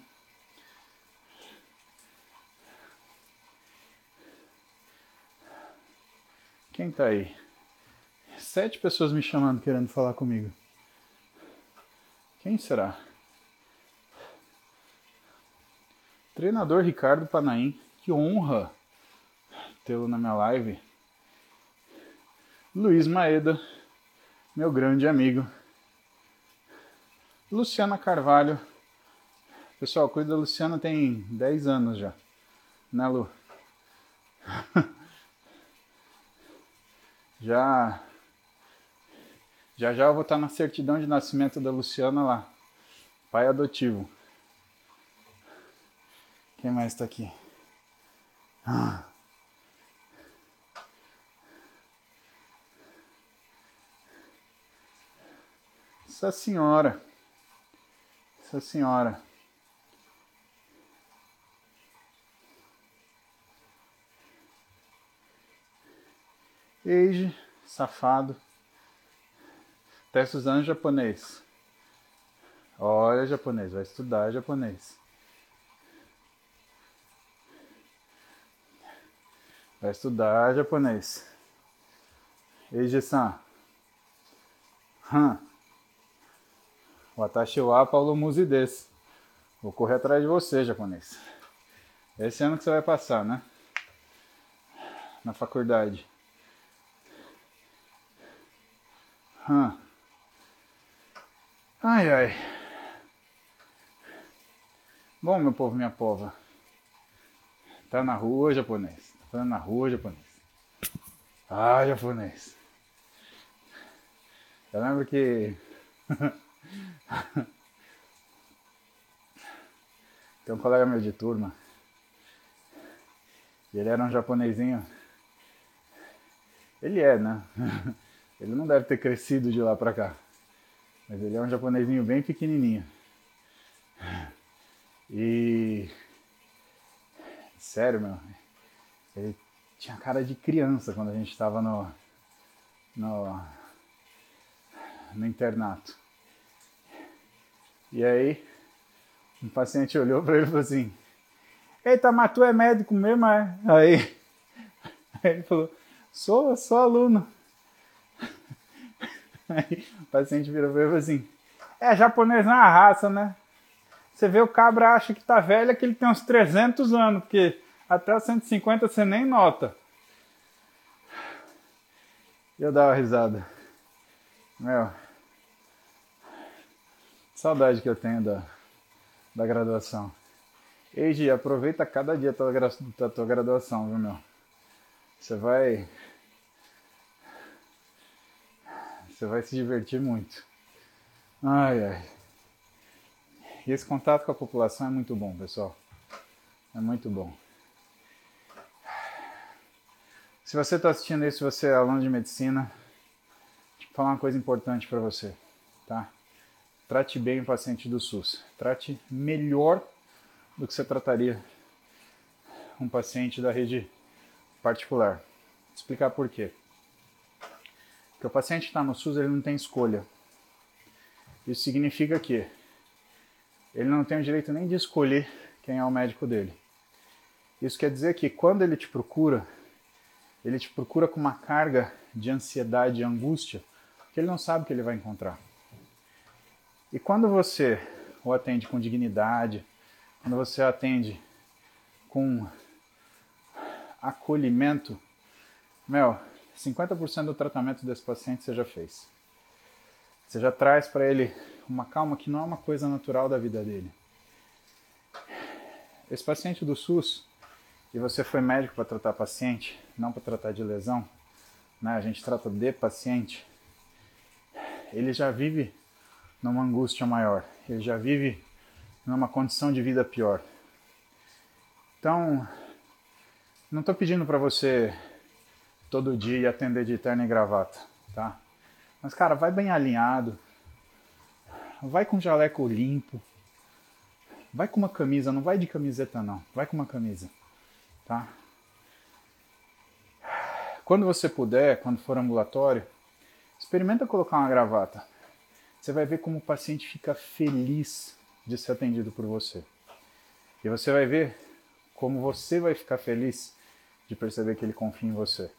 Quem tá aí? Sete pessoas me chamando querendo falar comigo. Quem será? Treinador Ricardo Panaim, que honra tê-lo na minha live. Luiz Maeda, meu grande amigo. Luciana Carvalho. Pessoal, cuido da Luciana tem dez anos já. Né, Lu? Já, já já eu vou estar na certidão de nascimento da Luciana lá. Pai adotivo. Quem mais está aqui? Ah. Essa senhora. Essa senhora. Eiji, safado. Tá estudando japonês. Olha japonês, vai estudar japonês. Vai estudar japonês. Eiji-san. Hum. Watashi wa Paulo Musi desu. Vou correr atrás de você, japonês. Esse ano que você vai passar, né? Na faculdade. Hum. Ai, ai. Bom, meu povo, minha pova. Tá na rua, japonês. Tá na rua, japonês. Ah, japonês. Eu lembro que... Tem um colega meu de turma. E ele era um japonesinho. Ele é, né? Ele não deve ter crescido de lá pra cá. Mas ele é um japonesinho bem pequenininho. E... Sério, meu. Ele tinha cara de criança quando a gente estava no, no... no internato. E aí, um paciente olhou pra ele e falou assim: eita, mas tu é médico mesmo, é? Aí, aí ele falou: sou, sou aluno. Aí o paciente virou pra ele e falou assim: é, japonês não é a raça, né? Você vê o cabra acha que tá velho, é que ele tem uns trezentos anos, porque até os cento e cinquenta você nem nota. E eu dava risada. Meu, saudade que eu tenho da, da graduação. Eiji, aproveita cada dia da tua, da tua graduação, viu, meu? Você vai... Você vai se divertir muito. Ai, ai. E esse contato com a população é muito bom, pessoal. É muito bom. Se você está assistindo isso, se você é aluno de medicina, deixa eu falar uma coisa importante para você, tá? Trate bem o paciente do SUS. Trate melhor do que você trataria um paciente da rede particular. Vou explicar por quê. Porque o paciente que está no SUS, ele não tem escolha. Isso significa que ele não tem o direito nem de escolher quem é o médico dele. Isso quer dizer que quando ele te procura, ele te procura com uma carga de ansiedade e angústia, que ele não sabe o que ele vai encontrar. E quando você o atende com dignidade, quando você atende com acolhimento, meu, cinquenta por cento do tratamento desse paciente você já fez. Você já traz para ele uma calma que não é uma coisa natural da vida dele. Esse paciente do SUS, e você foi médico para tratar paciente, não para tratar de lesão, né? A gente trata de paciente, ele já vive numa angústia maior, ele já vive numa condição de vida pior. Então, não estou pedindo para você todo dia atender de terno e gravata, tá? Mas, cara, vai bem alinhado, vai com jaleco limpo, vai com uma camisa, não vai de camiseta não, vai com uma camisa, tá? Quando você puder, quando for ambulatório, experimenta colocar uma gravata. Você vai ver como o paciente fica feliz de ser atendido por você. E você vai ver como você vai ficar feliz de perceber que ele confia em você.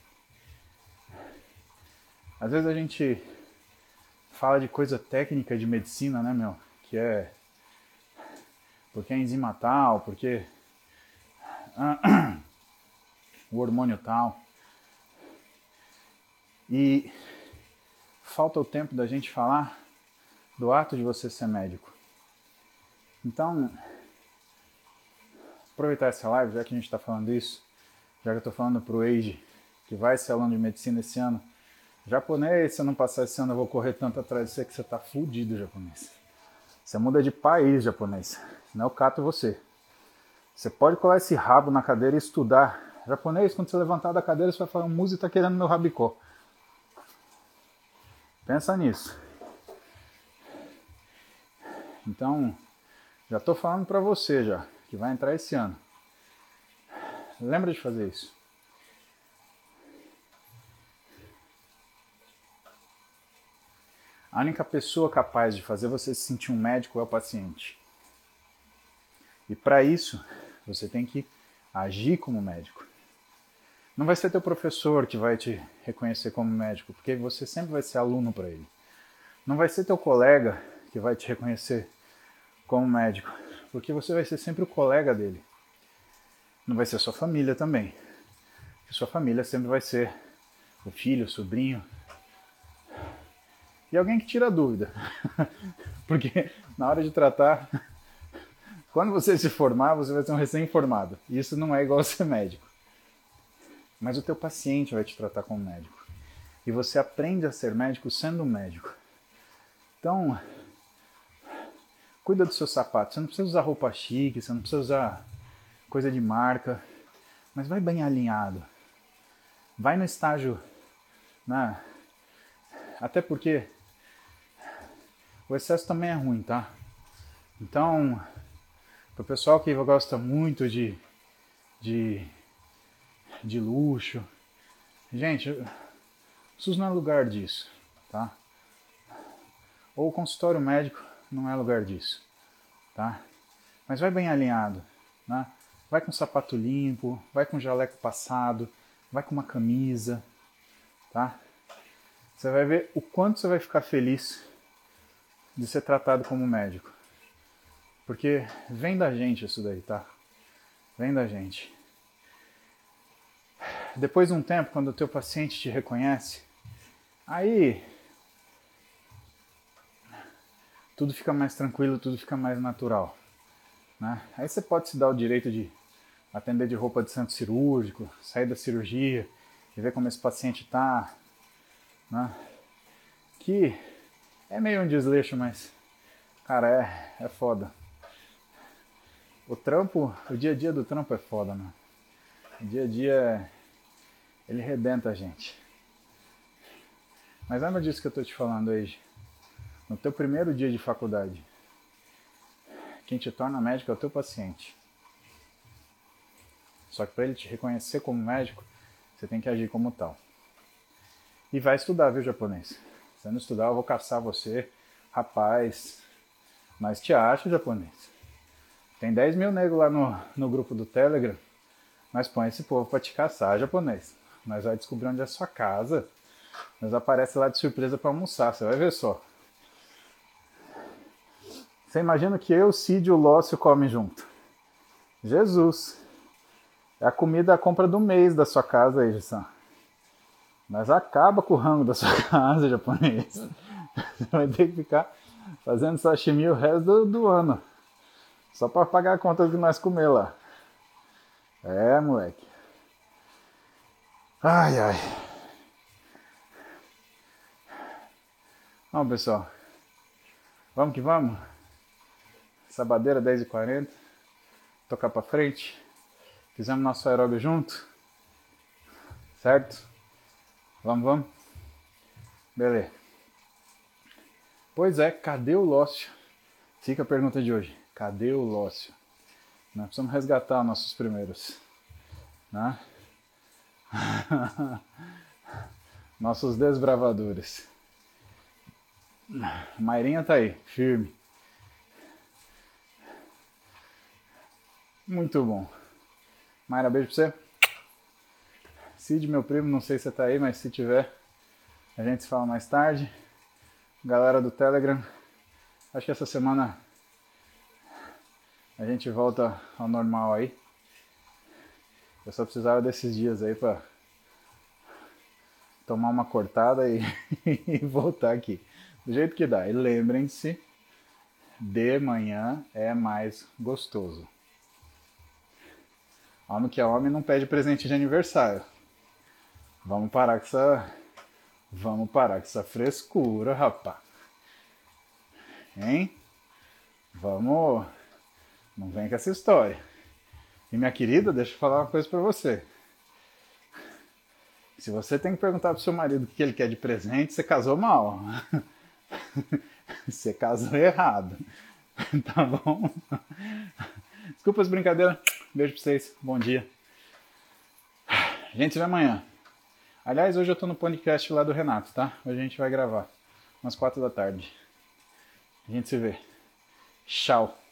Às vezes a gente fala de coisa técnica de medicina, né, meu? Que é porque é enzima tal, porque o hormônio tal. E falta o tempo da gente falar do ato de você ser médico. Então, aproveitar essa live, já que a gente está falando isso, já que eu estou falando para o Eiji, que vai ser aluno de medicina esse ano, japonês, se eu não passar esse ano eu vou correr tanto atrás de você que você está fudido, japonês. Você muda de país, japonês, senão eu cato você. Você pode colar esse rabo na cadeira e estudar. Japonês, quando você levantar da cadeira, você vai falar, o Muzi está querendo meu rabicó. Pensa nisso. Então, já estou falando para você já, que vai entrar esse ano. Lembra de fazer isso. A única pessoa capaz de fazer você se sentir um médico é o paciente. E para isso, você tem que agir como médico. Não vai ser teu professor que vai te reconhecer como médico, porque você sempre vai ser aluno para ele. Não vai ser teu colega que vai te reconhecer como médico, porque você vai ser sempre o colega dele. Não vai ser sua família também. Porque sua família sempre vai ser o filho, o sobrinho. E alguém que tira dúvida. Porque na hora de tratar, quando você se formar, você vai ser um recém-formado. E isso não é igual a ser médico. Mas o teu paciente vai te tratar como médico. E você aprende a ser médico sendo um médico. Então, cuida do seu sapato. Você não precisa usar roupa chique, você não precisa usar coisa de marca. Mas vai bem alinhado. Vai no estágio, né? Até porque o excesso também é ruim, tá? Então, pro pessoal que gosta muito de, de, de luxo, gente, o SUS não é lugar disso, tá? Ou o consultório médico não é lugar disso, tá? Mas vai bem alinhado, né? Vai com sapato limpo, vai com jaleco passado, vai com uma camisa, tá? Você vai ver o quanto você vai ficar feliz de ser tratado como médico. Porque vem da gente isso daí, tá? Vem da gente. Depois de um tempo, quando o teu paciente te reconhece, aí tudo fica mais tranquilo, tudo fica mais natural, né? Aí você pode se dar o direito de atender de roupa de centro cirúrgico, sair da cirurgia e ver como esse paciente tá, né? Que é meio um desleixo, mas, cara, é, é foda. O trampo, o dia a dia do trampo é foda, mano. O dia a dia, ele rebenta a gente. Mas lembra disso que eu tô te falando hoje. No teu primeiro dia de faculdade, quem te torna médico é o teu paciente. Só que para ele te reconhecer como médico, você tem que agir como tal. E vai estudar, viu, japonês? Se não estudar, eu vou caçar você. Rapaz, nós te acha, japonês. Tem dez mil negros lá no, no grupo do Telegram. Nós põe esse povo pra te caçar, japonês. Nós vai descobrir onde é a sua casa. Nós aparece lá de surpresa pra almoçar, você vai ver só. Você imagina que eu, Cid e o Lócio comem junto. Jesus! É a comida, a compra do mês da sua casa aí, Gissan. Mas acaba com o rango da sua casa, japonês. Você vai ter que ficar fazendo sashimi o resto do, do ano. Só para pagar a conta que nós comer lá. É, moleque. Ai, ai. Vamos, pessoal. Vamos que vamos. Sabadeira, dez e quarenta. Tocar pra frente. Fizemos nosso aeróbio junto. Certo? Vamos, vamos? Beleza. Pois é, cadê o Lócio? Fica a pergunta de hoje. Cadê o Lócio? Nós precisamos resgatar nossos primeiros. Né? Nossos desbravadores. Mairinha tá aí, firme. Muito bom. Mayra, beijo pra você. Cid, meu primo, não sei se você tá aí, mas se tiver, a gente se fala mais tarde. Galera do Telegram, acho que essa semana a gente volta ao normal aí. Eu só precisava desses dias aí pra tomar uma cortada e, e voltar aqui. Do jeito que dá. E lembrem-se, de manhã é mais gostoso. Homem que é homem não pede presente de aniversário. Vamos parar com essa... Vamos parar com essa frescura, rapá. Hein? Vamos... Não vem com essa história. E minha querida, deixa eu falar uma coisa pra você. Se você tem que perguntar pro seu marido o que ele quer de presente, você casou mal. Você casou errado. Tá bom? Desculpa as brincadeiras. Beijo pra vocês. Bom dia. A gente se vê amanhã. Aliás, hoje eu tô no podcast lá do Renato, tá? Hoje a gente vai gravar. Umas quatro da tarde. A gente se vê. Tchau.